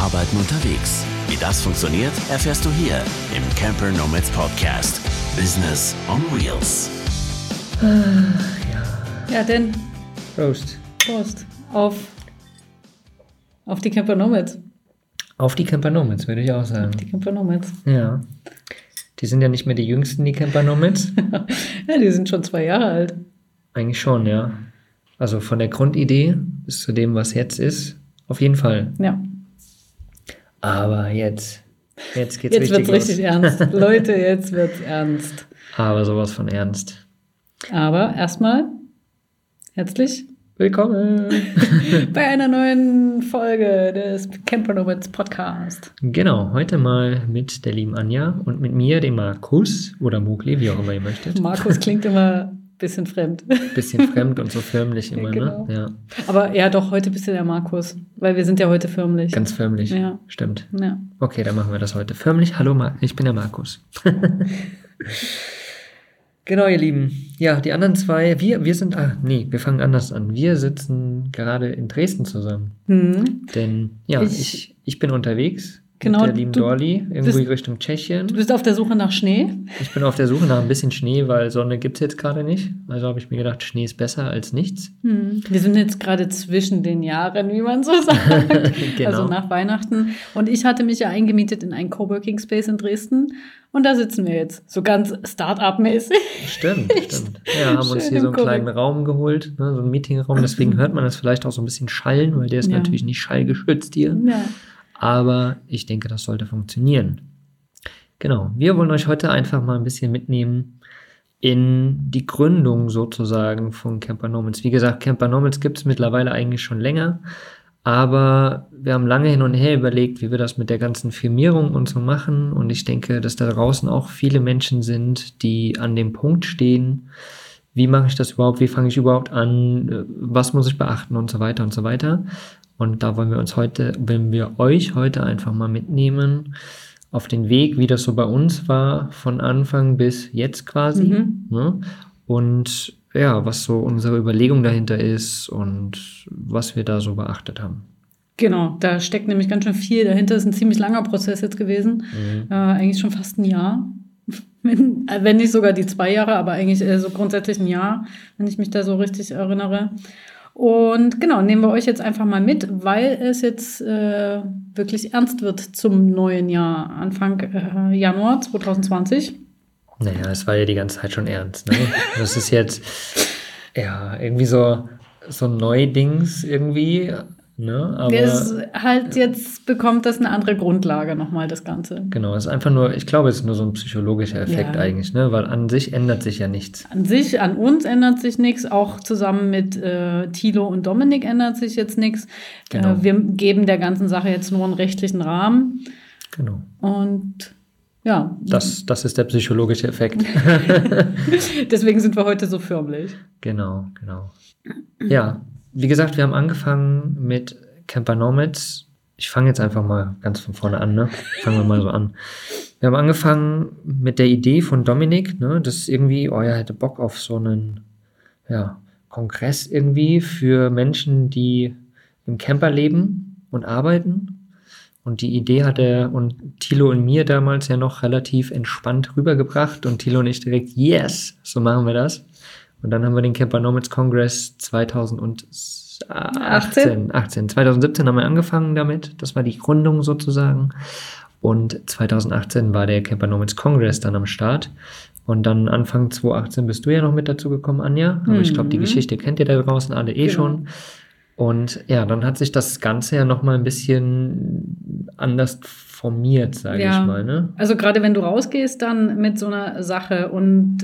Arbeiten unterwegs. Wie das funktioniert, erfährst du hier im Camper Nomads Podcast. Business on Wheels. Ja, denn Prost. auf die Camper Nomads. Auf die Camper Nomads, würde ich auch sagen. Die Camper Nomads. Ja. Die sind ja nicht mehr die jüngsten, die Camper Nomads. Ja, die sind schon 2 Jahre alt. Eigentlich schon, ja. Also von der Grundidee bis zu dem, was jetzt ist, auf jeden Fall. Ja. Aber jetzt geht's Jetzt wird's richtig ernst. Leute, jetzt wird's ernst. Aber sowas von ernst. Aber erstmal herzlich Willkommen bei einer neuen Folge des Camper Nomads Podcast. Genau, heute mal mit der lieben Anja und mit mir, dem Markus oder Mugli, wie auch immer ihr möchtet. Markus klingt immer ein bisschen fremd. Bisschen fremd und so förmlich immer, Genau. ne? Ja. Aber ja, doch, heute bist du der Markus, weil wir sind ja heute förmlich. Ganz förmlich, Ja. Stimmt. Ja. Okay, dann machen wir das heute. Förmlich, hallo, ich bin der Markus. Genau, ihr Lieben. Ja, die anderen zwei, wir fangen anders an. Wir sitzen gerade in Dresden zusammen. Denn, ja, ich bin unterwegs Genau, mit der lieben du Dorli, irgendwie bist- Richtung Tschechien. Du bist auf der Suche nach Schnee. Ich bin auf der Suche nach ein bisschen Schnee, weil Sonne gibt es jetzt gerade nicht. Also habe ich mir gedacht, Schnee ist besser als nichts. Wir sind jetzt gerade zwischen den Jahren, wie man so sagt. Genau. Also nach Weihnachten. Und ich hatte mich ja eingemietet in einen Coworking Space in Dresden. Und da sitzen wir jetzt. So ganz Start-up-mäßig. Stimmt. Ja, haben uns Schön hier so einen im kleinen Raum geholt, ne, so einen Meetingraum. Deswegen hört man das vielleicht auch so ein bisschen schallen, weil der ist Ja. natürlich nicht schallgeschützt hier. Ja. Aber ich denke, das sollte funktionieren. Genau, wir wollen euch heute einfach mal ein bisschen mitnehmen in die Gründung sozusagen von Camper Nomads. Wie gesagt, Camper Nomads gibt es mittlerweile eigentlich schon länger, aber wir haben lange hin und her überlegt, wie wir das mit der ganzen Firmierung und so machen. Und ich denke, dass da draußen auch viele Menschen sind, die an dem Punkt stehen, wie mache ich das überhaupt, wie fange ich überhaupt an, was muss ich beachten und so weiter und so weiter. Und da wollen wir euch heute einfach mal mitnehmen auf den Weg, wie das so bei uns war, von Anfang bis jetzt quasi. Ne? Und ja, was so unsere Überlegung dahinter ist und was wir da so beachtet haben. Genau, da steckt nämlich ganz schön viel dahinter. Das ist ein ziemlich langer Prozess jetzt gewesen. Eigentlich schon fast ein Jahr. Wenn nicht sogar die 2 Jahre, aber eigentlich so grundsätzlich ein Jahr, wenn ich mich da so richtig erinnere. Und genau, nehmen wir euch jetzt einfach mal mit, weil es jetzt wirklich ernst wird zum neuen Jahr, Anfang Januar 2020. Naja, es war ja die ganze Zeit schon ernst. Ne? Das ist jetzt ja irgendwie so ein Neudings irgendwie. Ne? Aber Jetzt bekommt das eine andere Grundlage nochmal, das Ganze. genau, es ist einfach nur, ich glaube, es ist nur so ein psychologischer Effekt eigentlich, ne? Weil an sich ändert sich ja nichts. An uns ändert sich nichts, auch zusammen mit Thilo und Dominik ändert sich jetzt nichts. Genau. Wir geben der ganzen Sache jetzt nur einen rechtlichen Rahmen. Genau. Und ja. Das ist der psychologische Effekt. Deswegen sind wir heute so förmlich. Genau. Ja, wie gesagt, wir haben angefangen mit Camper Nomads. Ich fange jetzt einfach mal ganz von vorne an, ne? Fangen wir mal so an. Wir haben angefangen mit der Idee von Dominik, ne? Das ist irgendwie, er hätte Bock auf so einen, Kongress irgendwie für Menschen, die im Camper leben und arbeiten. Und die Idee hat er und Thilo und mir damals ja noch relativ entspannt rübergebracht und Thilo und ich direkt, yes, so machen wir das. Und dann haben wir den Camper Nomads Congress 2017 haben wir angefangen damit. Das war die Gründung sozusagen. Und 2018 war der Camper Nomads Congress dann am Start. Und dann Anfang 2018 bist du ja noch mit dazu gekommen, Anja. Aber ich glaube, die Geschichte kennt ihr da draußen alle schon. Und ja, dann hat sich das Ganze ja nochmal ein bisschen anders formiert, sage ich mal. Ne? Also gerade wenn du rausgehst dann mit so einer Sache und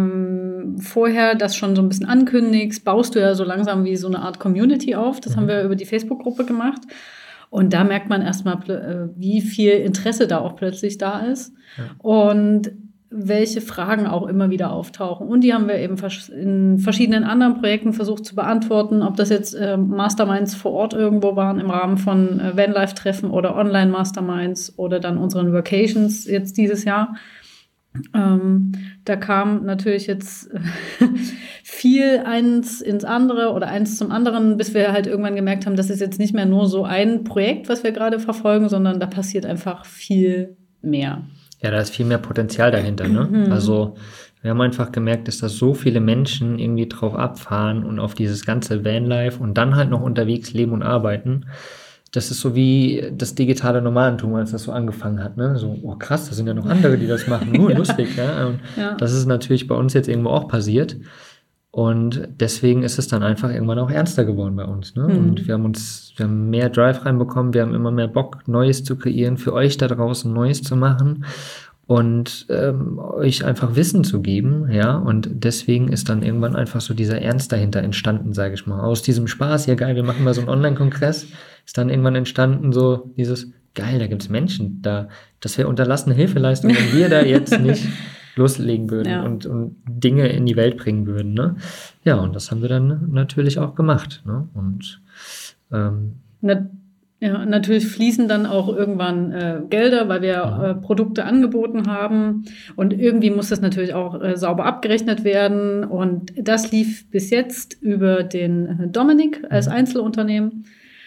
vorher das schon so ein bisschen ankündigst, baust du ja so langsam wie so eine Art Community auf. Das haben wir über die Facebook-Gruppe gemacht. Und da merkt man erstmal, wie viel Interesse da auch plötzlich da ist. Ja. Und welche Fragen auch immer wieder auftauchen. Und die haben wir eben in verschiedenen anderen Projekten versucht zu beantworten, ob das jetzt Masterminds vor Ort irgendwo waren im Rahmen von Vanlife-Treffen oder Online-Masterminds oder dann unseren Vacations jetzt dieses Jahr. Da kam natürlich jetzt viel eins ins andere oder eins zum anderen, bis wir halt irgendwann gemerkt haben, das ist jetzt nicht mehr nur so ein Projekt, was wir gerade verfolgen, sondern da passiert einfach viel mehr. Ja, da ist viel mehr Potenzial dahinter, ne? Also wir haben einfach gemerkt, dass da so viele Menschen irgendwie drauf abfahren und auf dieses ganze Vanlife und dann halt noch unterwegs leben und arbeiten. Das ist so wie das digitale Nomadentum, als das so angefangen hat, ne? So, oh krass, da sind ja noch andere, die das machen. Lustig, ja? Und das ist natürlich bei uns jetzt irgendwo auch passiert. Und deswegen ist es dann einfach irgendwann auch ernster geworden bei uns, ne? Und wir haben mehr Drive reinbekommen, wir haben immer mehr Bock, Neues zu kreieren, für euch da draußen Neues zu machen und euch einfach Wissen zu geben, ja, und deswegen ist dann irgendwann einfach so dieser Ernst dahinter entstanden, sage ich mal. Aus diesem Spaß, ja geil, wir machen mal so einen Online-Kongress, ist dann irgendwann entstanden so dieses, geil, da gibt es Menschen, das wäre unterlassene Hilfeleistung, wenn wir da jetzt nicht loslegen würden und Dinge in die Welt bringen würden, ne? Ja, und das haben wir dann natürlich auch gemacht, ne? Und natürlich fließen dann auch irgendwann Gelder, weil wir Produkte angeboten haben und irgendwie muss das natürlich auch sauber abgerechnet werden und das lief bis jetzt über den Dominik als Einzelunternehmen.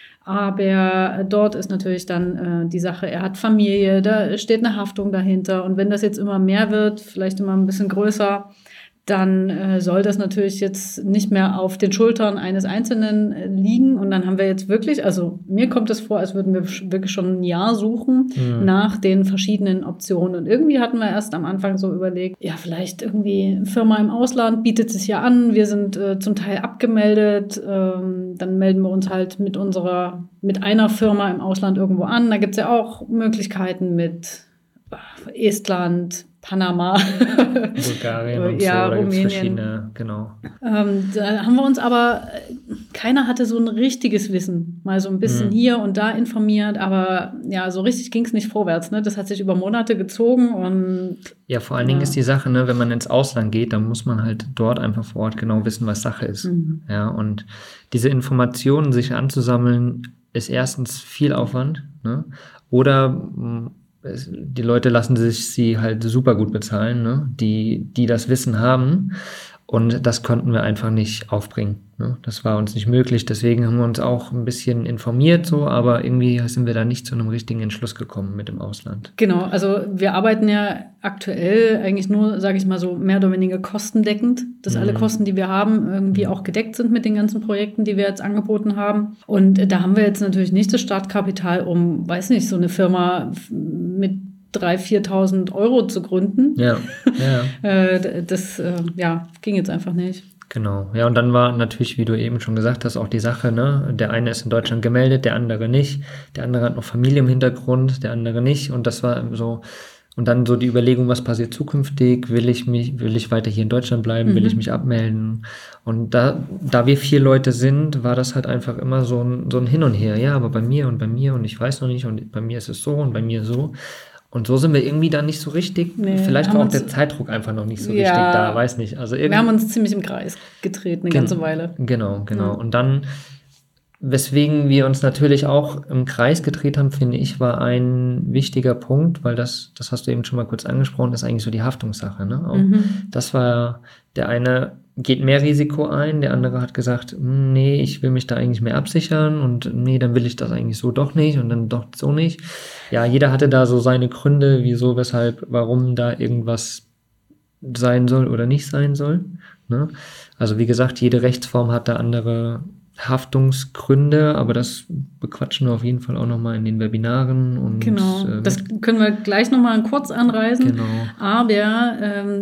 Aber dort ist natürlich dann die Sache, er hat Familie, da steht eine Haftung dahinter. Und wenn das jetzt immer mehr wird, vielleicht immer ein bisschen größer, dann soll das natürlich jetzt nicht mehr auf den Schultern eines Einzelnen liegen. Und dann haben wir jetzt wirklich, also mir kommt es vor, als würden wir wirklich schon ein Jahr suchen nach den verschiedenen Optionen. Und irgendwie hatten wir erst am Anfang so überlegt, ja, vielleicht irgendwie eine Firma im Ausland bietet sich ja an. Wir sind zum Teil abgemeldet. Dann melden wir uns halt mit einer Firma im Ausland irgendwo an. Da gibt es ja auch Möglichkeiten mit Estland, Panama, Bulgarien und ja, so, da gibt es Rumänien. Verschiedene, genau. Da haben wir uns aber, keiner hatte so ein richtiges Wissen, mal so ein bisschen hier und da informiert, aber ja, so richtig ging es nicht vorwärts, ne? Das hat sich über Monate gezogen und ja, vor allen Dingen ist die Sache, ne, wenn man ins Ausland geht, dann muss man halt dort einfach vor Ort genau wissen, was Sache ist. Ja, und diese Informationen sich anzusammeln, ist erstens viel Aufwand, ne? Oder die Leute lassen sie halt super gut bezahlen, ne? Die das Wissen haben und das konnten wir einfach nicht aufbringen, ne? Das war uns nicht möglich, deswegen haben wir uns auch ein bisschen informiert, so, aber irgendwie sind wir da nicht zu einem richtigen Entschluss gekommen mit dem Ausland. Genau, also wir arbeiten ja aktuell eigentlich nur, sage ich mal so, mehr oder weniger kostendeckend, dass alle Kosten, die wir haben, irgendwie auch gedeckt sind mit den ganzen Projekten, die wir jetzt angeboten haben. Und da haben wir jetzt natürlich nicht das Startkapital, um, weiß nicht, so eine Firma mit 3.000, 4.000 Euro zu gründen. Ja. Das ging jetzt einfach nicht. Genau, ja, und dann war natürlich, wie du eben schon gesagt hast, auch die Sache, ne, der eine ist in Deutschland gemeldet, der andere nicht, der andere hat noch Familie im Hintergrund, der andere nicht, und das war so, und dann so die Überlegung, was passiert zukünftig, will ich weiter hier in Deutschland bleiben, will ich mich abmelden, und da wir 4 Leute sind, war das halt einfach immer so ein Hin und Her, ja, aber bei mir und ich weiß noch nicht, und bei mir ist es so und bei mir so. Und so sind wir irgendwie da nicht so richtig, vielleicht war auch der Zeitdruck einfach noch nicht so richtig da, weiß nicht. Also wir haben uns ziemlich im Kreis getreten, eine ganze Weile. Genau. Ja. Und dann, weswegen wir uns natürlich auch im Kreis gedreht haben, finde ich, war ein wichtiger Punkt, weil das hast du eben schon mal kurz angesprochen, ist eigentlich so die Haftungssache, ne? Auch das war, der eine geht mehr Risiko ein, der andere hat gesagt, nee, ich will mich da eigentlich mehr absichern und nee, dann will ich das eigentlich so doch nicht und dann doch so nicht. Ja, jeder hatte da so seine Gründe, wieso, weshalb, warum da irgendwas sein soll oder nicht sein soll, ne? Also wie gesagt, jede Rechtsform hat da andere Haftungsgründe, aber das bequatschen wir auf jeden Fall auch nochmal in den Webinaren. Und, genau, das können wir gleich nochmal kurz anreißen. Genau. Aber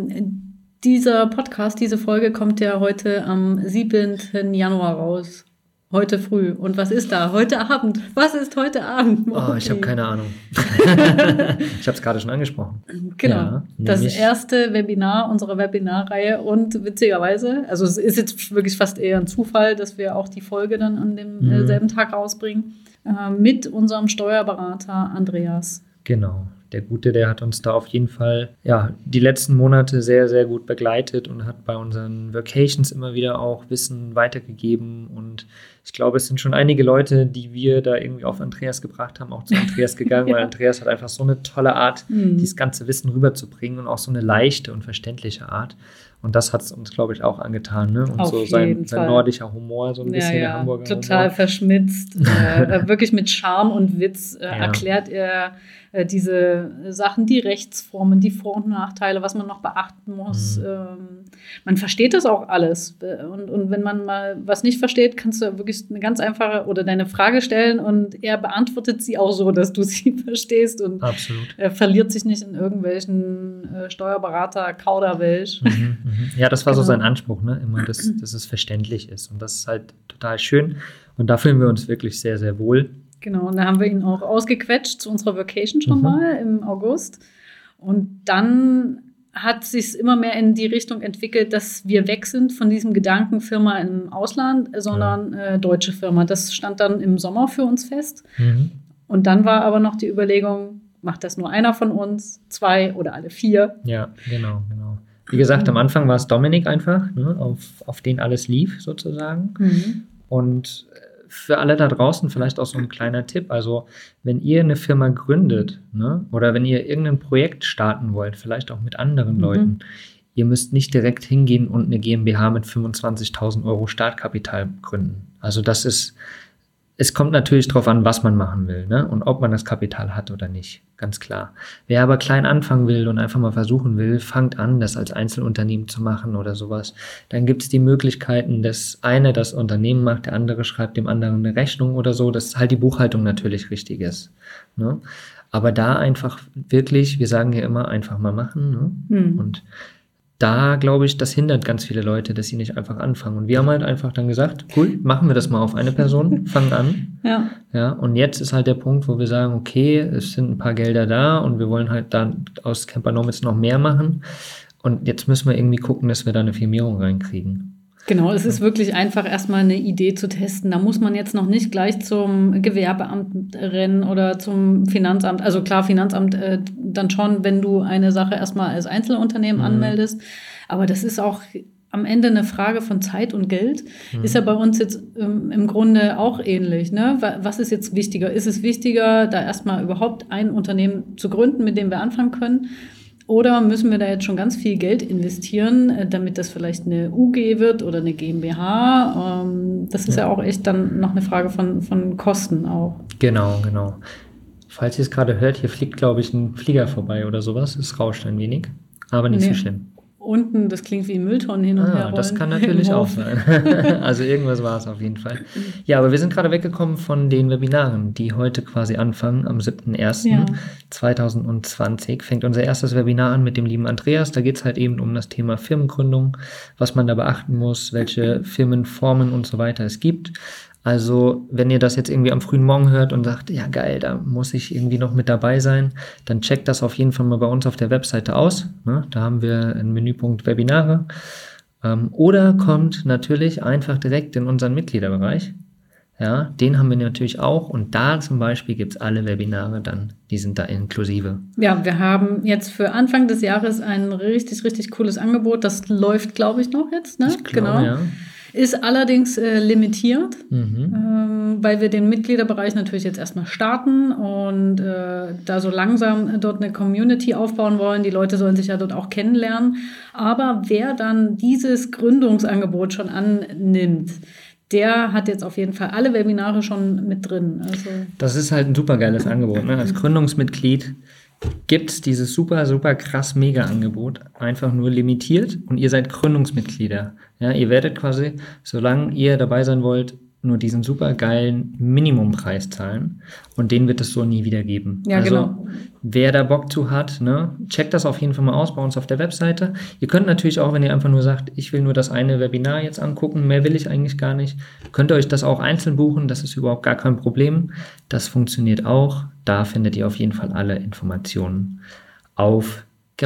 dieser Podcast, diese Folge kommt ja heute am 7. Januar raus. Heute früh. Und was ist da? Heute Abend. Was ist heute Abend? Oh, ich habe keine Ahnung. Ich habe es gerade schon angesprochen. Genau. Ja, das erste Webinar unserer Webinarreihe. Und witzigerweise, also es ist jetzt wirklich fast eher ein Zufall, dass wir auch die Folge dann an demselben Tag rausbringen, mit unserem Steuerberater Andreas. Genau. Der Gute, der hat uns da auf jeden Fall die letzten Monate sehr, sehr gut begleitet und hat bei unseren Vacations immer wieder auch Wissen weitergegeben. Und ich glaube, es sind schon einige Leute, die wir da irgendwie auf Andreas gebracht haben, auch zu Andreas gegangen, weil Andreas hat einfach so eine tolle Art, dieses ganze Wissen rüberzubringen und auch so eine leichte und verständliche Art. Und das hat es uns, glaube ich, auch angetan. Ne? Und Auf so jeden sein Fall. nordischer Humor, so ein bisschen der Hamburger total Humor. verschmitzt. Wirklich mit Charme und Witz erklärt er diese Sachen, die Rechtsformen, die Vor- und Nachteile, was man noch beachten muss. Man versteht das auch alles. Und wenn man mal was nicht versteht, kannst du wirklich eine ganz einfache oder deine Frage stellen und er beantwortet sie auch so, dass du sie verstehst und er verliert sich nicht in irgendwelchen Steuerberater-Kauderwelsch. Ja, das war so sein Anspruch, ne? Immer, dass es verständlich ist. Und das ist halt total schön. Und da fühlen wir uns wirklich sehr, sehr wohl. Genau, und da haben wir ihn auch ausgequetscht zu unserer Vacation schon mal im August. Und dann hat es sich immer mehr in die Richtung entwickelt, dass wir weg sind von diesem Gedanken Firma im Ausland, sondern deutsche Firma. Das stand dann im Sommer für uns fest. Und dann war aber noch die Überlegung, macht das nur einer von uns, 2 oder alle 4? Ja, genau. Wie gesagt, am Anfang war es Dominik einfach, ne, auf den alles lief sozusagen. Und für alle da draußen vielleicht auch so ein kleiner Tipp. Also wenn ihr eine Firma gründet, ne, oder wenn ihr irgendein Projekt starten wollt, vielleicht auch mit anderen Leuten, ihr müsst nicht direkt hingehen und eine GmbH mit 25.000 Euro Startkapital gründen. Also es kommt natürlich darauf an, was man machen will, ne? Und ob man das Kapital hat oder nicht, ganz klar. Wer aber klein anfangen will und einfach mal versuchen will, fangt an, das als Einzelunternehmen zu machen oder sowas. Dann gibt es die Möglichkeiten, dass eine das Unternehmen macht, der andere schreibt dem anderen eine Rechnung oder so, dass halt die Buchhaltung natürlich richtig ist, ne? Aber da einfach wirklich, wir sagen ja immer, einfach mal machen, ne? Und da, glaube ich, das hindert ganz viele Leute, dass sie nicht einfach anfangen. Und wir haben halt einfach dann gesagt, cool, machen wir das mal auf eine Person, fangen an. Ja, und jetzt ist halt der Punkt, wo wir sagen, okay, es sind ein paar Gelder da und wir wollen halt dann aus Camper Nomads noch mehr machen. Und jetzt müssen wir irgendwie gucken, dass wir da eine Firmierung reinkriegen. Genau, es ist wirklich einfach erstmal eine Idee zu testen. Da muss man jetzt noch nicht gleich zum Gewerbeamt rennen oder zum Finanzamt. Also klar, Finanzamt dann schon, wenn du eine Sache erstmal als Einzelunternehmen anmeldest. Aber das ist auch am Ende eine Frage von Zeit und Geld. Ist ja bei uns jetzt im Grunde auch ähnlich, ne? Was ist jetzt wichtiger? Ist es wichtiger, da erstmal überhaupt ein Unternehmen zu gründen, mit dem wir anfangen können? Oder müssen wir da jetzt schon ganz viel Geld investieren, damit das vielleicht eine UG wird oder eine GmbH? Das ist ja auch echt dann noch eine Frage von Kosten auch. Genau. Falls ihr es gerade hört, hier fliegt, glaube ich, ein Flieger vorbei oder sowas. Es rauscht ein wenig, aber nicht so schlimm. Unten, das klingt wie Mülltonnen hin und her rollen. Das kann natürlich auch sein. Also irgendwas war es auf jeden Fall. Ja, aber wir sind gerade weggekommen von den Webinaren, die heute quasi anfangen. Am 7.1.2020 fängt unser erstes Webinar an mit dem lieben Andreas. Da geht es halt eben um das Thema Firmengründung, was man da beachten muss, welche Firmenformen und so weiter es gibt. Also wenn ihr das jetzt irgendwie am frühen Morgen hört und sagt, ja geil, da muss ich irgendwie noch mit dabei sein, dann checkt das auf jeden Fall mal bei uns auf der Webseite aus. Ne? Da haben wir einen Menüpunkt Webinare. Oder kommt natürlich einfach direkt in unseren Mitgliederbereich. Ja, den haben wir natürlich auch. Und da zum Beispiel gibt es alle Webinare dann, die sind da inklusive. Ja, wir haben jetzt für Anfang des Jahres ein richtig, richtig cooles Angebot. Das läuft, glaube ich, noch jetzt. Ne? Ich glaube, ja. Ist allerdings limitiert, weil wir den Mitgliederbereich natürlich jetzt erstmal starten und da so langsam dort eine Community aufbauen wollen. Die Leute sollen sich ja dort auch kennenlernen. Aber wer dann dieses Gründungsangebot schon annimmt, der hat jetzt auf jeden Fall alle Webinare schon mit drin. Also das ist halt ein super geiles Angebot. Ne? Als Gründungsmitglied gibt es dieses super, super krass Mega-Angebot, einfach nur limitiert und ihr seid Gründungsmitglieder. Ja, ihr werdet quasi, solange ihr dabei sein wollt, nur diesen super geilen Minimumpreis zahlen und den wird es so nie wieder geben. Ja, also, genau. Wer da Bock zu hat, ne, checkt das auf jeden Fall mal aus bei uns auf der Webseite. Ihr könnt natürlich auch, wenn ihr einfach nur sagt, ich will nur das eine Webinar jetzt angucken, mehr will ich eigentlich gar nicht, könnt ihr euch das auch einzeln buchen, das ist überhaupt gar kein Problem. Das funktioniert auch. Da findet ihr auf jeden Fall alle Informationen auf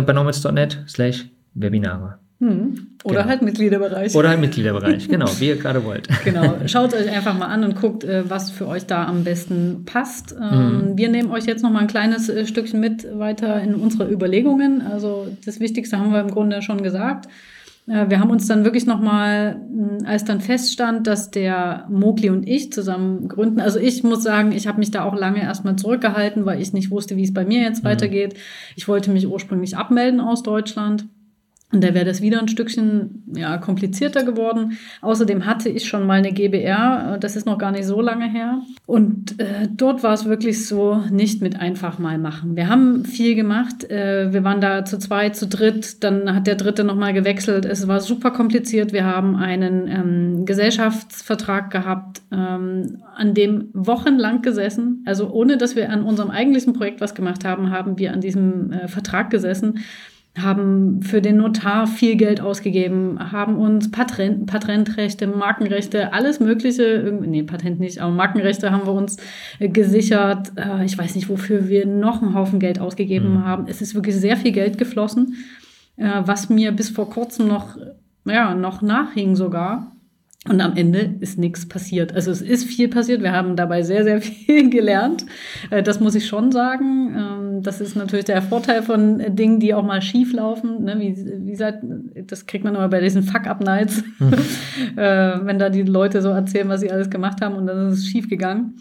campernomads.net/Webinare. Oder genau. Halt Mitgliederbereich. Oder halt Mitgliederbereich, genau, wie ihr gerade wollt. Genau, schaut euch einfach mal an und guckt, was für euch da am besten passt. Wir nehmen euch jetzt noch mal ein kleines Stückchen mit weiter in unsere Überlegungen. Also das Wichtigste haben wir im Grunde schon gesagt. Wir haben uns dann wirklich nochmal, als dann feststand, dass der Mogli und ich zusammen gründen, also ich muss sagen, ich habe mich da auch lange erstmal zurückgehalten, weil ich nicht wusste, wie es bei mir jetzt weitergeht. Ich wollte mich ursprünglich abmelden aus Deutschland. Und da wäre das wieder ein Stückchen komplizierter geworden. Außerdem hatte ich schon mal eine GbR, das ist noch gar nicht so lange her. Und dort war es wirklich so, nicht mit einfach mal machen. Wir haben viel gemacht, wir waren da zu zweit, zu dritt, dann hat der Dritte nochmal gewechselt. Es war super kompliziert. Wir haben einen Gesellschaftsvertrag gehabt, an dem wochenlang gesessen. Also ohne, dass wir an unserem eigentlichen Projekt was gemacht haben, haben wir an diesem Vertrag gesessen, haben für den Notar viel Geld ausgegeben, haben uns Patentrechte, Markenrechte, alles Mögliche, Patent nicht, aber Markenrechte haben wir uns gesichert. Ich weiß nicht, wofür wir noch einen Haufen Geld ausgegeben haben. Es ist wirklich sehr viel Geld geflossen, was mir bis vor kurzem noch nachhing sogar. Und am Ende ist nichts passiert. Also es ist viel passiert. Wir haben dabei sehr, sehr viel gelernt. Das muss ich schon sagen. Das ist natürlich der Vorteil von Dingen, die auch mal schief laufen. Ne? Wie gesagt, das kriegt man immer bei diesen Fuck-Up-Nights, wenn da die Leute so erzählen, was sie alles gemacht haben und dann ist es schief gegangen.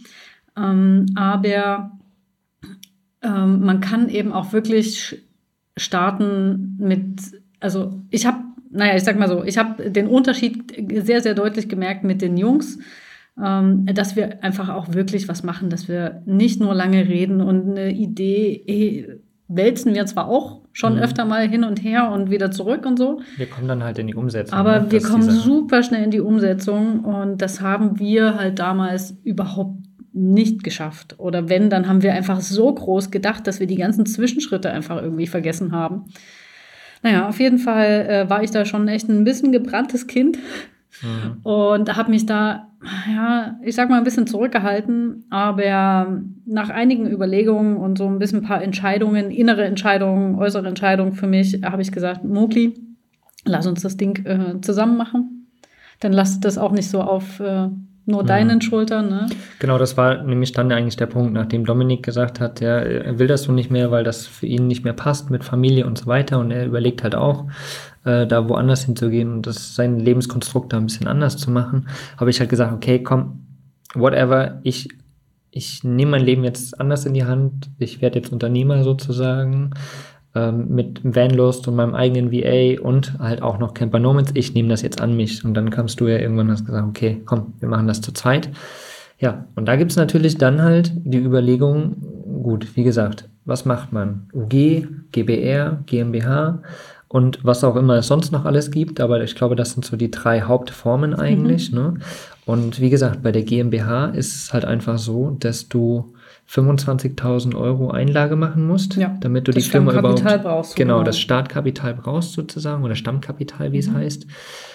Aber man kann eben auch wirklich starten mit, also ich sag mal so, ich habe den Unterschied sehr, sehr deutlich gemerkt mit den Jungs, dass wir einfach auch wirklich was machen, dass wir nicht nur lange reden und eine Idee wälzen wir zwar auch schon öfter mal hin und her und wieder zurück und so. Wir kommen dann halt in die Umsetzung. Aber wir kommen super schnell in die Umsetzung und das haben wir halt damals überhaupt nicht geschafft. Oder wenn, dann haben wir einfach so groß gedacht, dass wir die ganzen Zwischenschritte einfach irgendwie vergessen haben. Naja, auf jeden Fall war ich da schon echt ein bisschen gebranntes Kind und habe mich da, ich sag mal, ein bisschen zurückgehalten. Aber nach einigen Überlegungen und so ein bisschen ein paar Entscheidungen, innere Entscheidungen, äußere Entscheidungen für mich, habe ich gesagt, Mogli, lass uns das Ding zusammen machen. Dann lasst das auch nicht so auf nur deinen Schultern, ne? Genau, das war nämlich dann eigentlich der Punkt, nachdem Dominik gesagt hat, er will das so nicht mehr, weil das für ihn nicht mehr passt mit Familie und so weiter und er überlegt halt auch, da woanders hinzugehen und sein Lebenskonstrukt da ein bisschen anders zu machen, habe ich halt gesagt, okay, komm, whatever, ich nehme mein Leben jetzt anders in die Hand, ich werde jetzt Unternehmer sozusagen, mit Vanlust und meinem eigenen VA und halt auch noch Camper Nomads. Ich nehme das jetzt an mich. Und dann kamst du ja irgendwann und hast gesagt, okay, komm, wir machen das zu zweit. Ja, und da gibt es natürlich dann halt die Überlegung, gut, wie gesagt, was macht man? UG, GbR, GmbH und was auch immer es sonst noch alles gibt. Aber ich glaube, das sind so die 3 Hauptformen eigentlich. Ne? Und wie gesagt, bei der GmbH ist es halt einfach so, dass du 25.000 Euro Einlage machen musst, damit du die Firma überhaupt, brauchst, genau, das Startkapital brauchst sozusagen oder Stammkapital, wie es heißt,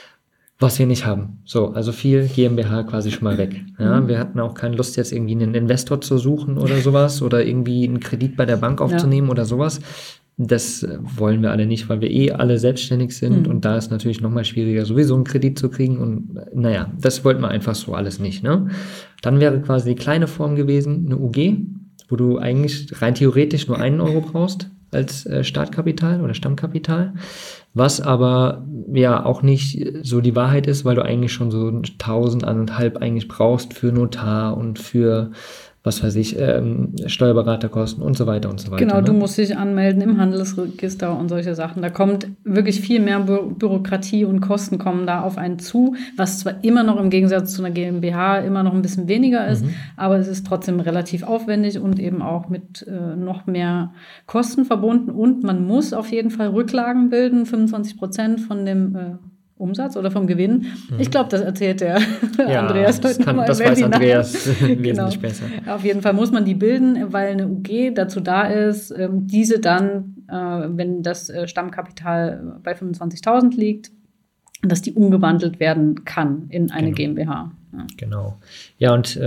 was wir nicht haben. So, also viel GmbH quasi schon mal weg. Ja, wir hatten auch keine Lust, jetzt irgendwie einen Investor zu suchen oder sowas oder irgendwie einen Kredit bei der Bank aufzunehmen oder sowas. Das wollen wir alle nicht, weil wir alle selbstständig sind und da ist natürlich nochmal schwieriger, sowieso einen Kredit zu kriegen und naja, das wollten wir einfach so alles nicht, ne? Dann wäre quasi die kleine Form gewesen, eine UG, wo du eigentlich rein theoretisch nur 1 Euro brauchst als Startkapital oder Stammkapital, was aber ja auch nicht so die Wahrheit ist, weil du eigentlich schon so 1.000, 1.500 eigentlich brauchst für Notar und für was weiß ich, Steuerberaterkosten und so weiter und so weiter. Genau, du musst dich anmelden im Handelsregister und solche Sachen. Da kommt wirklich viel mehr Bürokratie und Kosten kommen da auf einen zu, was zwar immer noch im Gegensatz zu einer GmbH immer noch ein bisschen weniger ist, aber es ist trotzdem relativ aufwendig und eben auch mit noch mehr Kosten verbunden und man muss auf jeden Fall Rücklagen bilden, 25% von dem Umsatz oder vom Gewinn. Ich glaube, das erzählt der Andreas heute nochmal. Das weiß Andreas wesentlich besser. Auf jeden Fall muss man die bilden, weil eine UG dazu da ist, diese dann, wenn das Stammkapital bei 25.000 liegt, dass die umgewandelt werden kann in eine GmbH. Ja. Genau. Ja, und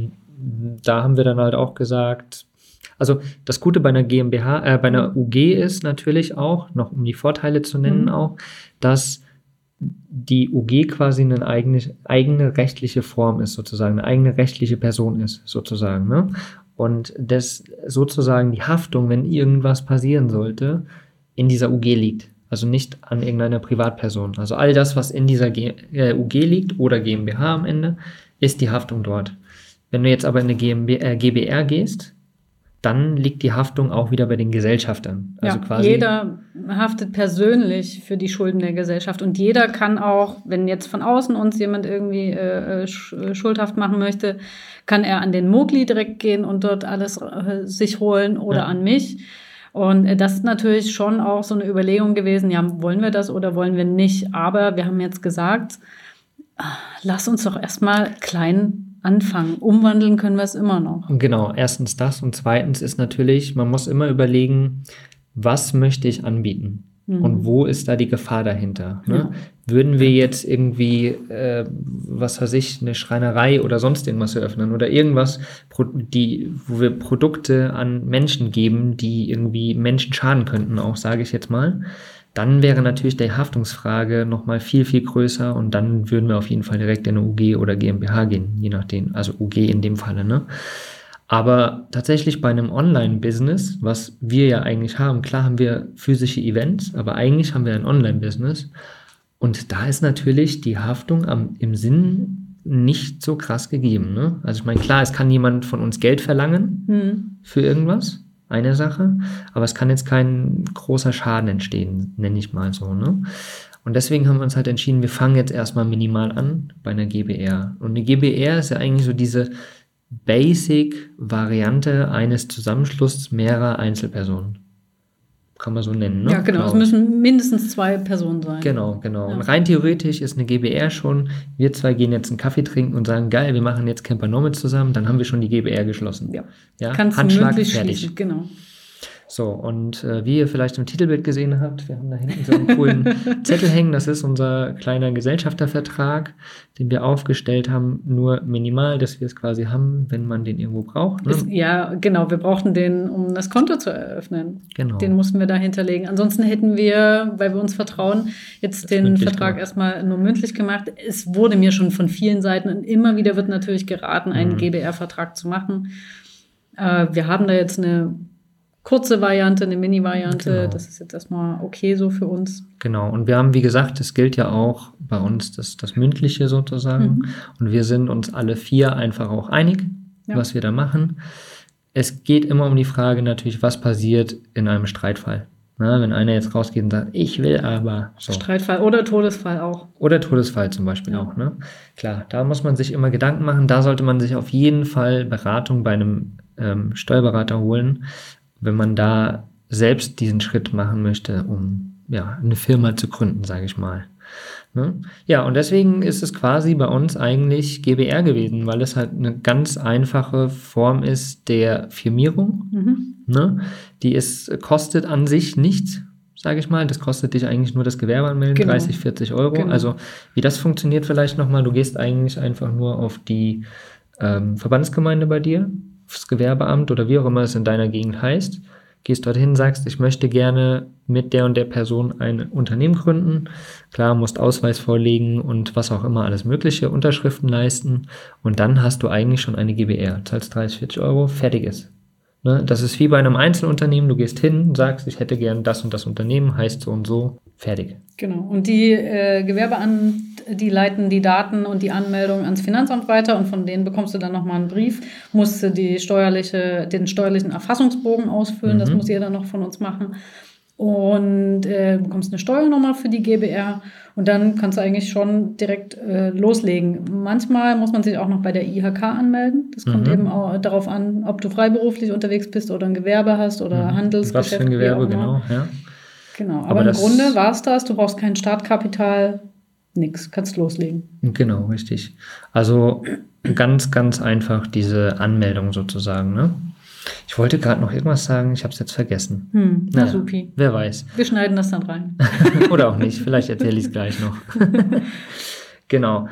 da haben wir dann halt auch gesagt, also das Gute bei einer GmbH, bei einer UG ist natürlich auch, noch um die Vorteile zu nennen auch, dass die UG quasi eine eigene rechtliche Form ist, sozusagen, eine eigene rechtliche Person ist, sozusagen. Ne? Und das sozusagen die Haftung, wenn irgendwas passieren sollte, in dieser UG liegt. Also nicht an irgendeiner Privatperson. Also all das, was in dieser UG liegt oder GmbH am Ende, ist die Haftung dort. Wenn du jetzt aber in eine GbR gehst, dann liegt die Haftung auch wieder bei den Gesellschaftern. Also quasi jeder haftet persönlich für die Schulden der Gesellschaft und jeder kann auch, wenn jetzt von außen uns jemand irgendwie schuldhaft machen möchte, kann er an den Mogli direkt gehen und dort alles sich holen oder an mich. Und das ist natürlich schon auch so eine Überlegung gewesen, ja, wollen wir das oder wollen wir nicht? Aber wir haben jetzt gesagt, lass uns doch erstmal klein anfangen. Umwandeln können wir es immer noch. Genau, erstens das und zweitens ist natürlich, man muss immer überlegen, was möchte ich anbieten und wo ist da die Gefahr dahinter. Ne? Ja. Würden wir jetzt irgendwie, was weiß ich, eine Schreinerei oder sonst irgendwas eröffnen oder irgendwas, wo wir Produkte an Menschen geben, die irgendwie Menschen schaden könnten, auch sage ich jetzt mal, dann wäre natürlich die Haftungsfrage nochmal viel, viel größer und dann würden wir auf jeden Fall direkt in eine UG oder GmbH gehen, je nachdem, also UG in dem Falle, ne? Aber tatsächlich bei einem Online-Business, was wir ja eigentlich haben, klar haben wir physische Events, aber eigentlich haben wir ein Online-Business und da ist natürlich die Haftung im Sinn nicht so krass gegeben, ne? Also ich meine, klar, es kann jemand von uns Geld verlangen für irgendwas, eine Sache, aber es kann jetzt kein großer Schaden entstehen, nenne ich mal so, ne? Und deswegen haben wir uns halt entschieden, wir fangen jetzt erstmal minimal an bei einer GbR. Und eine GbR ist ja eigentlich so diese Basic-Variante eines Zusammenschlusses mehrerer Einzelpersonen. Kann man so nennen, ne? Ja, genau. Es müssen mindestens 2 Personen sein. Genau. Ja. Und Ja. rein theoretisch ist eine GbR schon, wir zwei gehen jetzt einen Kaffee trinken und sagen, geil, wir machen jetzt Camper Nomads zusammen, dann haben wir schon die GbR geschlossen. Ja. Kannst du mündlich schließen, genau. So, und wie ihr vielleicht im Titelbild gesehen habt, wir haben da hinten so einen coolen Zettel hängen, das ist unser kleiner Gesellschaftervertrag, den wir aufgestellt haben, nur minimal, dass wir es quasi haben, wenn man den irgendwo braucht. Ne? Ja, genau, wir brauchten den, um das Konto zu eröffnen. Genau. Den mussten wir da hinterlegen. Ansonsten hätten wir, weil wir uns vertrauen, jetzt den Vertrag erstmal nur mündlich gemacht. Es wurde mir schon von vielen Seiten und immer wieder wird natürlich geraten, einen GbR-Vertrag zu machen. Wir haben da jetzt eine kurze Variante, eine Mini-Variante. Genau. Das ist jetzt erstmal okay so für uns. Genau. Und wir haben, wie gesagt, das gilt ja auch bei uns, das Mündliche sozusagen. Und wir sind uns alle 4 einfach auch einig, was wir da machen. Es geht immer um die Frage natürlich, was passiert in einem Streitfall. Na, wenn einer jetzt rausgeht und sagt, ich will aber so. Streitfall oder Todesfall auch. Oder Todesfall zum Beispiel auch. Ne? Klar, da muss man sich immer Gedanken machen. Da sollte man sich auf jeden Fall Beratung bei einem Steuerberater holen, wenn man da selbst diesen Schritt machen möchte, um eine Firma zu gründen, sage ich mal. Ne? Ja, und deswegen ist es quasi bei uns eigentlich GbR gewesen, weil es halt eine ganz einfache Form ist der Firmierung. Ne? Die kostet an sich nichts, sage ich mal. Das kostet dich eigentlich nur das Gewerbe anmelden, genau. 30, 40 Euro. Genau. Also wie das funktioniert vielleicht nochmal, du gehst eigentlich einfach nur auf die Verbandsgemeinde bei dir, aufs Gewerbeamt oder wie auch immer es in deiner Gegend heißt, gehst dorthin, sagst, ich möchte gerne mit der und der Person ein Unternehmen gründen. Klar, musst Ausweis vorlegen und was auch immer, alles mögliche, Unterschriften leisten und dann hast du eigentlich schon eine GbR. Zahlst 30, 40 Euro, fertig ist. Ne? Das ist wie bei einem Einzelunternehmen, du gehst hin, sagst, ich hätte gern das und das Unternehmen, heißt so und so, fertig. Genau, und die Gewerbeamt, die leiten die Daten und die Anmeldung ans Finanzamt weiter und von denen bekommst du dann nochmal einen Brief, musst du den steuerlichen Erfassungsbogen ausfüllen, das muss jeder noch von uns machen und bekommst eine Steuernummer für die GbR und dann kannst du eigentlich schon direkt loslegen. Manchmal muss man sich auch noch bei der IHK anmelden, das kommt eben auch darauf an, ob du freiberuflich unterwegs bist oder ein Gewerbe hast oder Handelsgeschäft. Was für ein Gewerbe, genau, ja. Genau, aber im Grunde war es das, du brauchst kein Startkapital, nix, kannst loslegen. Genau, richtig. Also ganz, ganz einfach diese Anmeldung sozusagen, ne? Ich wollte gerade noch irgendwas sagen, ich habe es jetzt vergessen. Na supi. Wer weiß. Wir schneiden das dann rein. Oder auch nicht, vielleicht erzähle ich es gleich noch. Genau.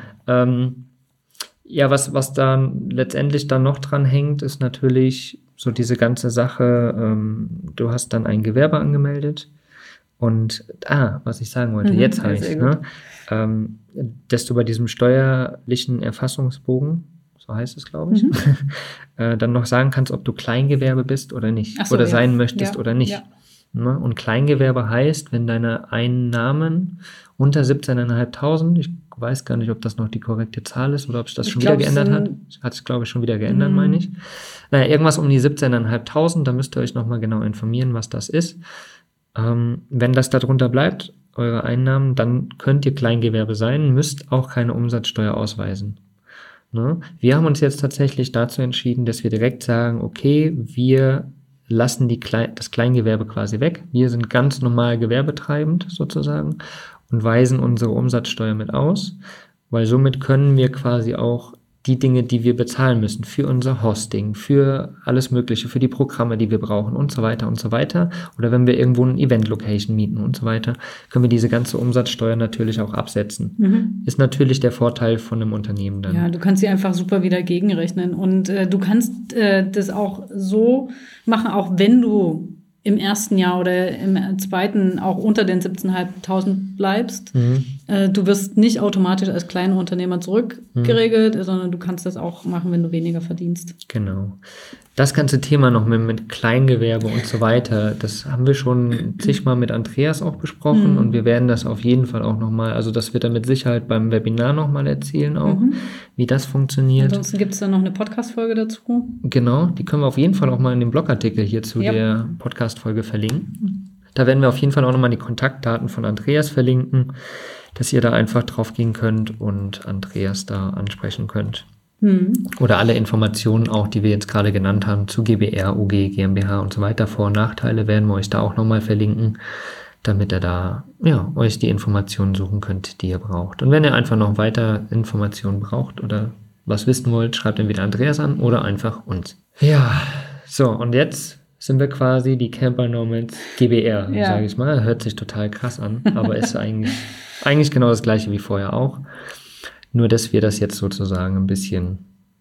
Was dann letztendlich dann noch dran hängt, ist natürlich so diese ganze Sache, du hast dann ein Gewerbe angemeldet. Und, was ich sagen wollte, jetzt habe ich es, ne? Dass du bei diesem steuerlichen Erfassungsbogen, so heißt es, glaube ich, dann noch sagen kannst, ob du Kleingewerbe bist oder nicht. So, oder sein möchtest oder nicht. Ne? Und Kleingewerbe heißt, wenn deine Einnahmen unter 17.500, ich weiß gar nicht, ob das noch die korrekte Zahl ist oder ob es das schon wieder geändert hat. Hat es, glaube ich, schon wieder geändert, meine ich. Naja, irgendwas um die 17.500, da müsst ihr euch nochmal genau informieren, was das ist. Wenn das darunter bleibt, eure Einnahmen, dann könnt ihr Kleingewerbe sein, müsst auch keine Umsatzsteuer ausweisen. Ne? Wir haben uns jetzt tatsächlich dazu entschieden, dass wir direkt sagen, okay, wir lassen das Kleingewerbe quasi weg. Wir sind ganz normal gewerbetreibend sozusagen und weisen unsere Umsatzsteuer mit aus, weil somit können wir quasi auch die Dinge, die wir bezahlen müssen für unser Hosting, für alles Mögliche, für die Programme, die wir brauchen und so weiter und so weiter. Oder wenn wir irgendwo eine Event-Location mieten und so weiter, können wir diese ganze Umsatzsteuer natürlich auch absetzen. Ist natürlich der Vorteil von einem Unternehmen dann. Ja, du kannst sie einfach super wieder gegenrechnen. Und du kannst das auch so machen, auch wenn du im ersten Jahr oder im zweiten auch unter den 17.500 bleibst. Du wirst nicht automatisch als kleiner Unternehmer zurückgeregelt, sondern du kannst das auch machen, wenn du weniger verdienst. Genau. Das ganze Thema noch mit Kleingewerbe und so weiter, das haben wir schon zigmal mit Andreas auch besprochen und wir werden das auf jeden Fall auch nochmal, also das wird er mit Sicherheit beim Webinar nochmal erzählen auch, wie das funktioniert. Ansonsten gibt es dann noch eine Podcast-Folge dazu. Genau, die können wir auf jeden Fall auch mal in dem Blogartikel hier zu der Podcast-Folge verlinken. Da werden wir auf jeden Fall auch nochmal die Kontaktdaten von Andreas verlinken, dass ihr da einfach drauf gehen könnt und Andreas da ansprechen könnt. Oder alle Informationen auch, die wir jetzt gerade genannt haben, zu GbR, UG, GmbH und so weiter, Vor- und Nachteile werden wir euch da auch nochmal verlinken, damit ihr da euch die Informationen suchen könnt, die ihr braucht. Und wenn ihr einfach noch weiter Informationen braucht oder was wissen wollt, schreibt entweder Andreas an oder einfach uns. Ja, so und jetzt sind wir quasi die Camper Nomads GbR, sage ich mal. Hört sich total krass an, aber ist eigentlich genau das gleiche wie vorher auch. Nur, dass wir das jetzt sozusagen ein bisschen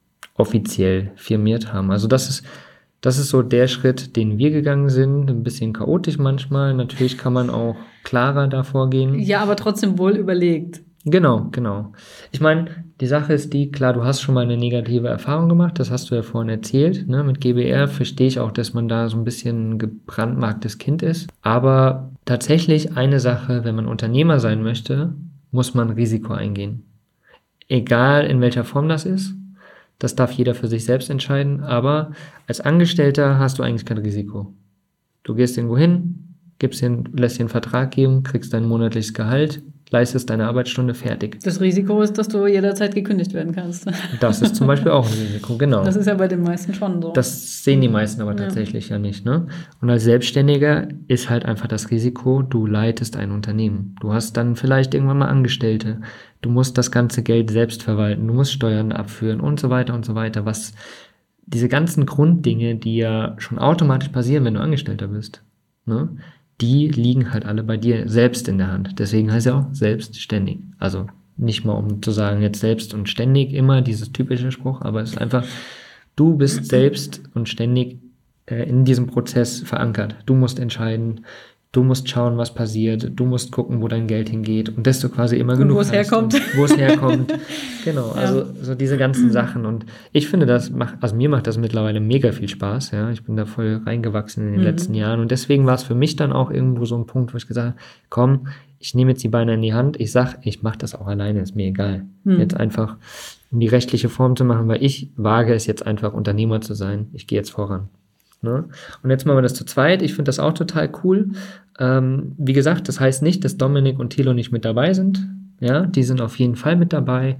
offiziell firmiert haben. Also das ist so der Schritt, den wir gegangen sind. Ein bisschen chaotisch manchmal. Natürlich kann man auch klarer da vorgehen. Ja, aber trotzdem wohl überlegt. Genau. Ich meine, die Sache ist die, klar, du hast schon mal eine negative Erfahrung gemacht. Das hast du ja vorhin erzählt. Ne? Mit GbR verstehe ich auch, dass man da so ein bisschen ein gebrandmarktes Kind ist. Aber tatsächlich eine Sache, wenn man Unternehmer sein möchte, muss man Risiko eingehen. Egal in welcher Form das ist, das darf jeder für sich selbst entscheiden, aber als Angestellter hast du eigentlich kein Risiko. Du gehst irgendwo hin, lässt dir einen Vertrag geben, kriegst dein monatliches Gehalt, leistest deine Arbeitsstunde, fertig. Das Risiko ist, dass du jederzeit gekündigt werden kannst. Das ist zum Beispiel auch ein Risiko, genau. Das ist ja bei den meisten schon so. Das sehen die meisten aber tatsächlich ja nicht, ne? Und als Selbstständiger ist halt einfach das Risiko, du leitest ein Unternehmen. Du hast dann vielleicht irgendwann mal Angestellte. Du musst das ganze Geld selbst verwalten, du musst Steuern abführen und so weiter, was diese ganzen Grunddinge, die ja schon automatisch passieren, wenn du Angestellter bist, ne? Die liegen halt alle bei dir selbst in der Hand. Deswegen heißt ja auch selbstständig. Also nicht mal um zu sagen jetzt selbst und ständig immer dieses typische Spruch, aber es ist einfach, du bist selbst und ständig in diesem Prozess verankert. Du musst entscheiden, du musst schauen, was passiert, du musst gucken, wo dein Geld hingeht und desto quasi immer genug wo es herkommt. Wo es herkommt. Genau, also so diese ganzen Sachen und ich finde, mir macht das mittlerweile mega viel Spaß, ja, ich bin da voll reingewachsen in den letzten Jahren und deswegen war es für mich dann auch irgendwo so ein Punkt, wo ich gesagt habe, komm, ich nehme jetzt die Beine in die Hand, ich mache das auch alleine, ist mir egal. Jetzt einfach, um die rechtliche Form zu machen, weil ich wage es jetzt einfach, Unternehmer zu sein, ich gehe jetzt voran. Ne? Und jetzt machen wir das zu zweit. Ich finde das auch total cool. Wie gesagt, das heißt nicht, dass Dominik und Thilo nicht mit dabei sind. Ja, die sind auf jeden Fall mit dabei.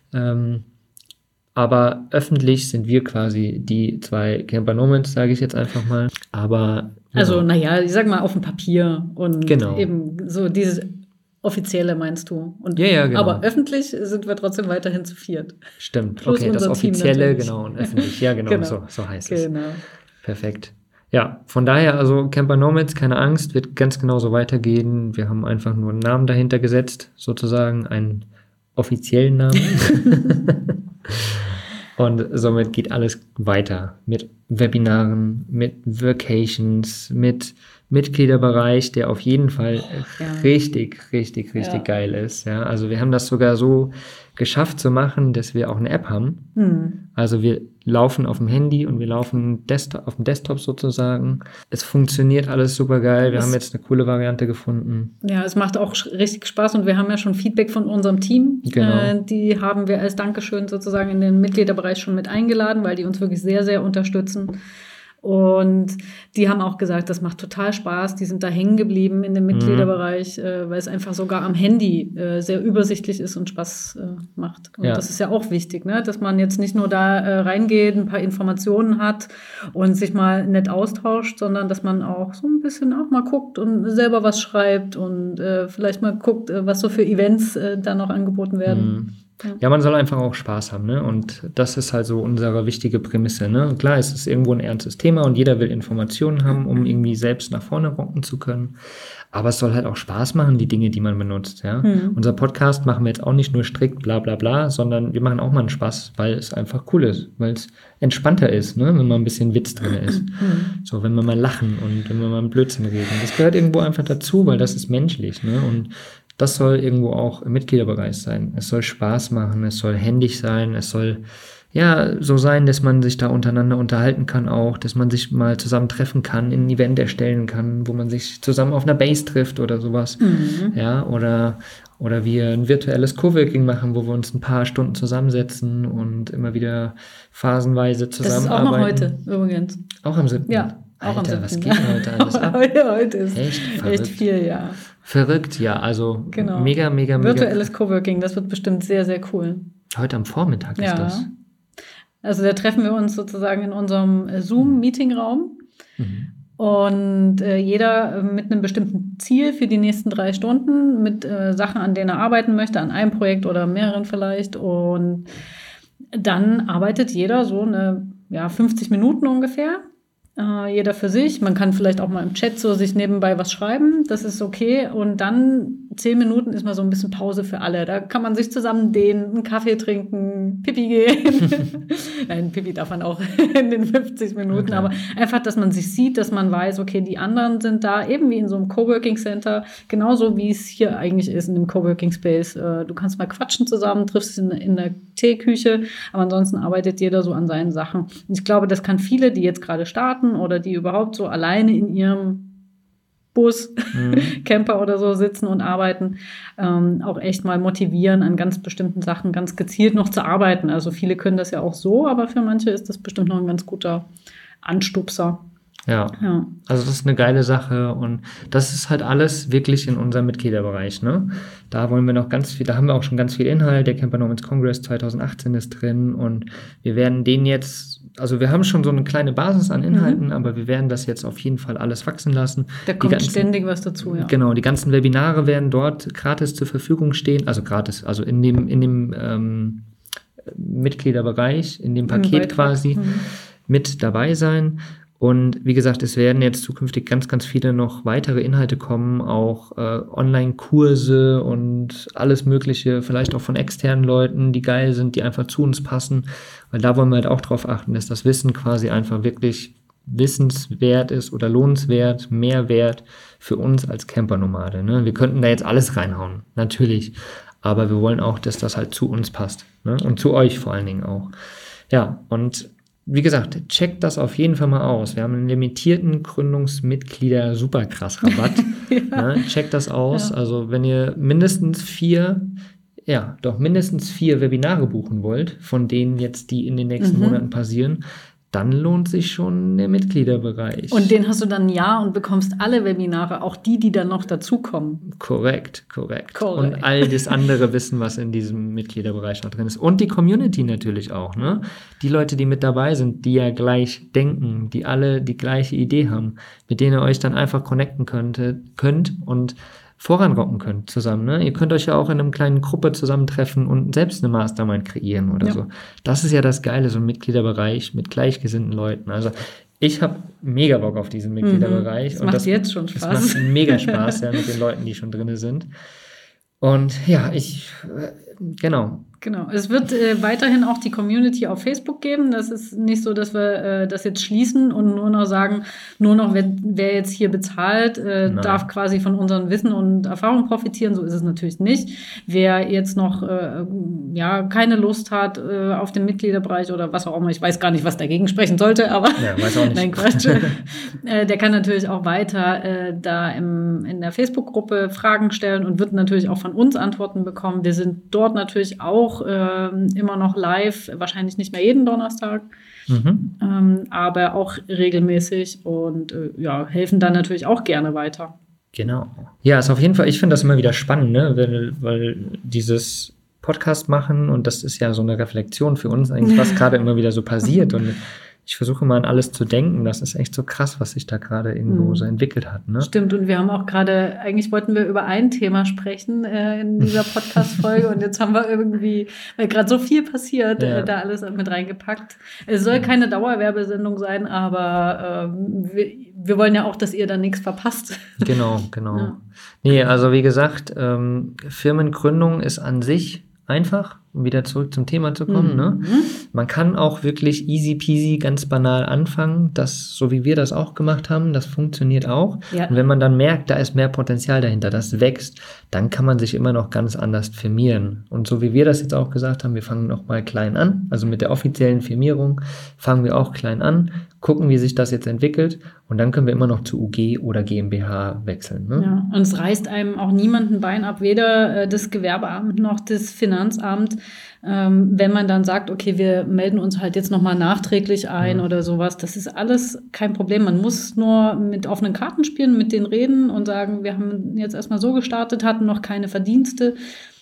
Aber öffentlich sind wir quasi die zwei Camper Nomads, sage ich jetzt einfach mal. Aber also, ich sag mal auf dem Papier und eben so dieses Offizielle meinst du. Und, ja, genau. Aber öffentlich sind wir trotzdem weiterhin zu viert. Stimmt, Plus okay, das Offizielle, genau, und öffentlich. Ja, genau. So heißt es. Genau. Perfekt. Ja, von daher, also Camper Nomads, keine Angst, wird ganz genauso weitergehen. Wir haben einfach nur einen Namen dahinter gesetzt, sozusagen einen offiziellen Namen. Und somit geht alles weiter mit Webinaren, mit Vacations, mit Mitgliederbereich, der auf jeden Fall richtig geil ist. Ja? Also wir haben das sogar so geschafft zu machen, dass wir auch eine App haben. Also wir laufen auf dem Handy und wir laufen auf dem Desktop sozusagen. Es funktioniert alles super geil. Wir haben jetzt eine coole Variante gefunden. Ja, es macht auch richtig Spaß und wir haben ja schon Feedback von unserem Team. Genau. Die haben wir als Dankeschön sozusagen in den Mitgliederbereich schon mit eingeladen, weil die uns wirklich sehr, sehr unterstützen. Und die haben auch gesagt, das macht total Spaß. Die sind da hängen geblieben in dem Mitgliederbereich, weil es einfach sogar am Handy sehr übersichtlich ist und Spaß macht. Und das ist ja auch wichtig, ne? Dass man jetzt nicht nur da reingeht, ein paar Informationen hat und sich mal nett austauscht, sondern dass man auch so ein bisschen auch mal guckt und selber was schreibt und vielleicht mal guckt, was so für Events da noch angeboten werden. Ja, man soll einfach auch Spaß haben, ne? Und das ist halt so unsere wichtige Prämisse, ne? Klar, es ist irgendwo ein ernstes Thema und jeder will Informationen haben, um irgendwie selbst nach vorne rocken zu können. Aber es soll halt auch Spaß machen, die Dinge, die man benutzt, ja? Unser Podcast machen wir jetzt auch nicht nur strikt bla bla bla, sondern wir machen auch mal einen Spaß, weil es einfach cool ist, weil es entspannter ist, ne? Wenn man ein bisschen Witz drin ist. So, wenn wir mal lachen und wenn wir mal einen Blödsinn reden. Das gehört irgendwo einfach dazu, weil das ist menschlich, ne? Und das soll irgendwo auch im Mitgliederbereich sein. Es soll Spaß machen, es soll händig sein, es soll ja so sein, dass man sich da untereinander unterhalten kann auch, dass man sich mal zusammen treffen kann, ein Event erstellen kann, wo man sich zusammen auf einer Base trifft oder sowas. Ja, oder wir ein virtuelles Coworking machen, wo wir uns ein paar Stunden zusammensetzen und immer wieder phasenweise zusammenarbeiten. Das ist auch noch heute übrigens. Auch am 7. Ja. Auch Alter, am 7. was geht denn heute alles ab? Heute ist echt viel, ja. Verrückt, ja, also genau. mega. Virtuelles Coworking, das wird bestimmt sehr, sehr cool. Heute am Vormittag ist das. Also da treffen wir uns sozusagen in unserem Zoom-Meetingraum und jeder mit einem bestimmten Ziel für die nächsten 3 Stunden, mit Sachen, an denen er arbeiten möchte, an einem Projekt oder mehreren vielleicht. Und dann arbeitet jeder so 50 Minuten ungefähr. Jeder für sich. Man kann vielleicht auch mal im Chat so sich nebenbei was schreiben. Das ist okay. Und dann 10 Minuten ist mal so ein bisschen Pause für alle. Da kann man sich zusammen dehnen, einen Kaffee trinken, Pipi gehen. Nein, Pipi darf man auch in den 50 Minuten. Okay. Aber einfach, dass man sich sieht, dass man weiß, okay, die anderen sind da, eben wie in so einem Coworking Center, genauso wie es hier eigentlich ist in einem Coworking Space. Du kannst mal quatschen zusammen, triffst in der Teeküche, aber ansonsten arbeitet jeder so an seinen Sachen. Und ich glaube, das kann viele, die jetzt gerade starten oder die überhaupt so alleine in ihrem Bus, Camper oder so sitzen und arbeiten, auch echt mal motivieren, an ganz bestimmten Sachen ganz gezielt noch zu arbeiten. Also viele können das ja auch so, aber für manche ist das bestimmt noch ein ganz guter Anstupser. Ja, also das ist eine geile Sache und das ist halt alles wirklich in unserem Mitgliederbereich, ne? Da wollen wir noch ganz viel, da haben wir auch schon ganz viel Inhalt, der Camper Nomads Congress 2018 ist drin und wir werden den jetzt, also wir haben schon so eine kleine Basis an Inhalten, aber wir werden das jetzt auf jeden Fall alles wachsen lassen. Da kommt ständig was dazu, ja. Genau, die ganzen Webinare werden dort gratis zur Verfügung stehen, also gratis, also in dem Mitgliederbereich, in dem Paket quasi mit dabei sein. Und wie gesagt, es werden jetzt zukünftig ganz, ganz viele noch weitere Inhalte kommen, auch Online-Kurse und alles Mögliche, vielleicht auch von externen Leuten, die geil sind, die einfach zu uns passen. Weil da wollen wir halt auch drauf achten, dass das Wissen quasi einfach wirklich wissenswert ist oder lohnenswert, Mehrwert für uns als Campernomade. Ne? Wir könnten da jetzt alles reinhauen, natürlich. Aber wir wollen auch, dass das halt zu uns passt. Ne? Und zu euch vor allen Dingen auch. Ja, und wie gesagt, checkt das auf jeden Fall mal aus. Wir haben einen limitierten Gründungsmitglieder-Superkrass-Rabatt. Checkt das aus. Ja. Also wenn ihr mindestens 4 Webinare buchen wollt, von denen jetzt die in den nächsten Monaten passieren, dann lohnt sich schon der Mitgliederbereich. Und den hast du dann und bekommst alle Webinare, auch die dann noch dazukommen. Korrekt. Und all das andere Wissen, was in diesem Mitgliederbereich noch drin ist. Und die Community natürlich auch, ne? Die Leute, die mit dabei sind, die ja gleich denken, die alle die gleiche Idee haben, mit denen ihr euch dann einfach connecten könnt und voranrocken könnt zusammen. Ne? Ihr könnt euch ja auch in einer kleinen Gruppe zusammentreffen und selbst eine Mastermind kreieren oder so. Das ist ja das Geile, so ein Mitgliederbereich mit gleichgesinnten Leuten. Also ich habe mega Bock auf diesen Mitgliederbereich. Das macht jetzt schon Spaß. Das macht mega Spaß, mit den Leuten, die schon drin sind. Und ja, genau. Genau. Es wird weiterhin auch die Community auf Facebook geben. Das ist nicht so, dass wir das jetzt schließen und nur noch sagen, wer jetzt hier bezahlt, darf quasi von unserem Wissen und Erfahrung profitieren. So ist es natürlich nicht. Wer jetzt noch keine Lust hat auf den Mitgliederbereich oder was auch immer, ich weiß gar nicht, was dagegen sprechen sollte, aber weiß auch nicht. Nein, Quatsch. Der kann natürlich auch weiter da in der Facebook-Gruppe Fragen stellen und wird natürlich auch von uns Antworten bekommen. Wir sind dort natürlich auch immer noch live, wahrscheinlich nicht mehr jeden Donnerstag, aber auch regelmäßig und helfen dann natürlich auch gerne weiter. Genau. Ja, ist auf jeden Fall, ich finde das immer wieder spannend, ne? Weil dieses Podcast machen und das ist ja so eine Reflexion für uns eigentlich, was gerade immer wieder so passiert und ich versuche mal an alles zu denken. Das ist echt so krass, was sich da gerade irgendwo so entwickelt hat. Ne? Stimmt, und wir haben auch gerade, eigentlich wollten wir über ein Thema sprechen in dieser Podcast-Folge und jetzt haben wir irgendwie, weil gerade so viel passiert, da alles mit reingepackt. Es soll keine Dauerwerbesendung sein, aber wir wollen ja auch, dass ihr da nichts verpasst. Genau. Ja. Nee, also wie gesagt, Firmengründung ist an sich einfach, um wieder zurück zum Thema zu kommen. Ne? Man kann auch wirklich easy peasy, ganz banal anfangen. Das, so wie wir das auch gemacht haben, das funktioniert auch. Ja. Und wenn man dann merkt, da ist mehr Potenzial dahinter, das wächst, dann kann man sich immer noch ganz anders firmieren. Und so wie wir das jetzt auch gesagt haben, wir fangen noch mal klein an. Also mit der offiziellen Firmierung fangen wir auch klein an, gucken, wie sich das jetzt entwickelt. Und dann können wir immer noch zu UG oder GmbH wechseln. Ne? Ja, und es reißt einem auch niemand ein Bein ab, weder das Gewerbeamt noch das Finanzamt, wenn man dann sagt, okay, wir melden uns halt jetzt nochmal nachträglich ein oder sowas. Das ist alles kein Problem. Man muss nur mit offenen Karten spielen, mit denen reden und sagen, wir haben jetzt erstmal so gestartet, hatten noch keine Verdienste.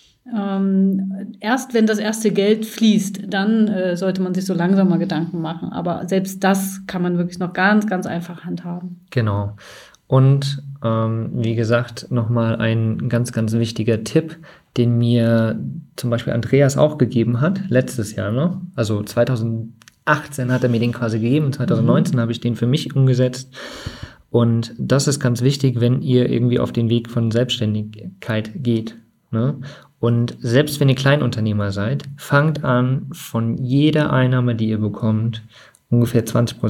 Erst wenn das erste Geld fließt, dann sollte man sich so langsam mal Gedanken machen. Aber selbst das kann man wirklich noch ganz, ganz einfach handhaben. Genau. Und wie gesagt, nochmal ein ganz, ganz wichtiger Tipp, den mir zum Beispiel Andreas auch gegeben hat, letztes Jahr noch. Also 2018 hat er mir den quasi gegeben, 2019 habe ich den für mich umgesetzt. Und das ist ganz wichtig, wenn ihr irgendwie auf den Weg von Selbstständigkeit geht. Ne? Und selbst wenn ihr Kleinunternehmer seid, fangt an, von jeder Einnahme, die ihr bekommt, ungefähr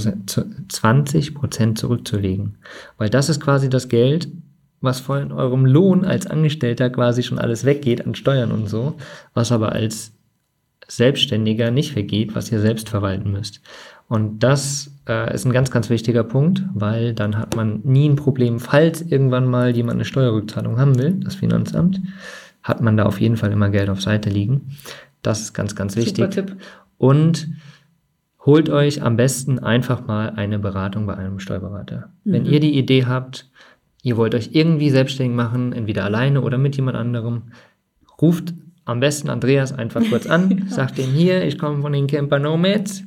20% zurückzulegen. Weil das ist quasi das Geld, was von eurem Lohn als Angestellter quasi schon alles weggeht an Steuern und so, was aber als Selbstständiger nicht weggeht, was ihr selbst verwalten müsst. Und das ist ein ganz, ganz wichtiger Punkt, weil dann hat man nie ein Problem, falls irgendwann mal jemand eine Steuerrückzahlung haben will, das Finanzamt, hat man da auf jeden Fall immer Geld auf Seite liegen. Das ist ganz, ganz wichtig. Super Tipp. Und holt euch am besten einfach mal eine Beratung bei einem Steuerberater. Wenn ihr die Idee habt, ihr wollt euch irgendwie selbstständig machen, entweder alleine oder mit jemand anderem, ruft am besten Andreas einfach kurz an, sagt ihm hier, ich komme von den Camper Nomads,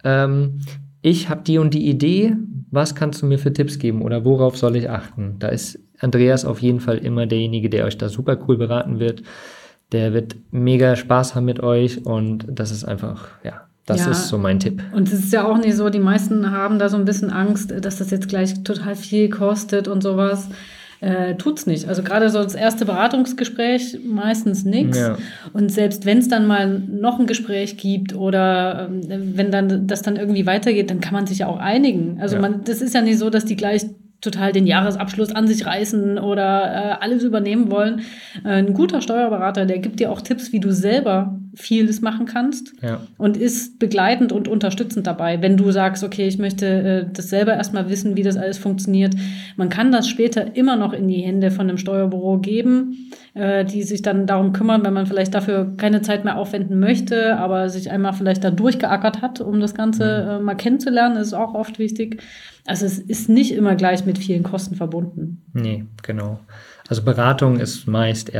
ich habe die und die Idee, was kannst du mir für Tipps geben oder worauf soll ich achten? Da ist Andreas auf jeden Fall immer derjenige, der euch da super cool beraten wird. Der wird mega Spaß haben mit euch und das ist einfach, das ist so mein Tipp. Und es ist ja auch nicht so, die meisten haben da so ein bisschen Angst, dass das jetzt gleich total viel kostet und sowas. Tut's nicht. Also gerade so das erste Beratungsgespräch meistens nichts. Ja. Und selbst wenn es dann mal noch ein Gespräch gibt oder wenn dann das dann irgendwie weitergeht, dann kann man sich ja auch einigen. Also das ist ja nicht so, dass die gleich total den Jahresabschluss an sich reißen oder alles übernehmen wollen. Ein guter Steuerberater, der gibt dir auch Tipps, wie du selber vieles machen kannst und ist begleitend und unterstützend dabei. Wenn du sagst, okay, ich möchte das selber erstmal wissen, wie das alles funktioniert. Man kann das später immer noch in die Hände von einem Steuerbüro geben, die sich dann darum kümmern, wenn man vielleicht dafür keine Zeit mehr aufwenden möchte, aber sich einmal vielleicht da durchgeackert hat, um das Ganze mal kennenzulernen, ist auch oft wichtig. Also es ist nicht immer gleich mit vielen Kosten verbunden. Nee, genau. Also Beratung ist meist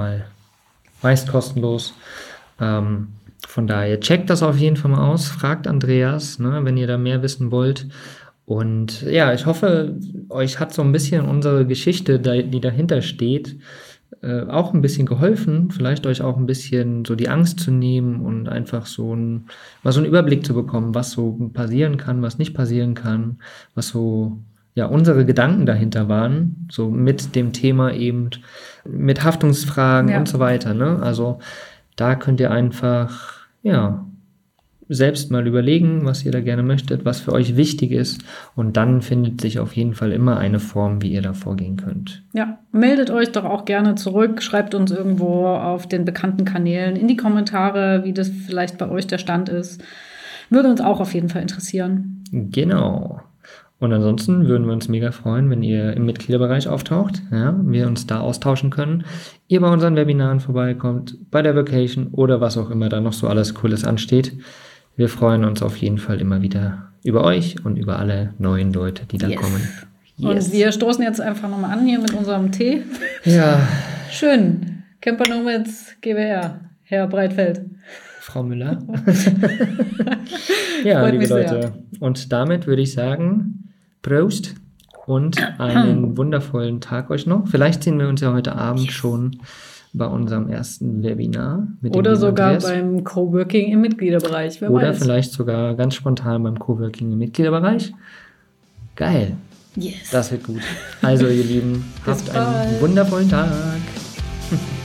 kostenlos. Von daher checkt das auf jeden Fall mal aus. Fragt Andreas, ne, wenn ihr da mehr wissen wollt. Und ja, ich hoffe, euch hat so ein bisschen unsere Geschichte, die dahinter steht, auch ein bisschen geholfen, vielleicht euch auch ein bisschen so die Angst zu nehmen und einfach mal so einen Überblick zu bekommen, was so passieren kann, was nicht passieren kann, was so unsere Gedanken dahinter waren, so mit dem Thema eben mit Haftungsfragen und so weiter. Ne? Also Da könnt ihr einfach, selbst mal überlegen, was ihr da gerne möchtet, was für euch wichtig ist. Und dann findet sich auf jeden Fall immer eine Form, wie ihr da vorgehen könnt. Ja, meldet euch doch auch gerne zurück. Schreibt uns irgendwo auf den bekannten Kanälen in die Kommentare, wie das vielleicht bei euch der Stand ist. Würde uns auch auf jeden Fall interessieren. Genau. Und ansonsten würden wir uns mega freuen, wenn ihr im Mitgliederbereich auftaucht, wir uns da austauschen können, ihr bei unseren Webinaren vorbeikommt, bei der Vacation oder was auch immer da noch so alles Cooles ansteht. Wir freuen uns auf jeden Fall immer wieder über euch und über alle neuen Leute, die da kommen. Yes. Und wir stoßen jetzt einfach nochmal an hier mit unserem Tee. Ja. Schön. Camper Nomads GbR, Herr Breitfeld. Frau Müller. Ja, liebe Leute. Sehr. Und damit würde ich sagen, Prost und einen wundervollen Tag euch noch. Vielleicht sehen wir uns ja heute Abend schon bei unserem ersten Webinar. Oder sogar beim Coworking im Mitgliederbereich. Oder vielleicht sogar ganz spontan beim Coworking im Mitgliederbereich. Geil. Yes. Das wird gut. Also, ihr Lieben, habt einen wundervollen Tag.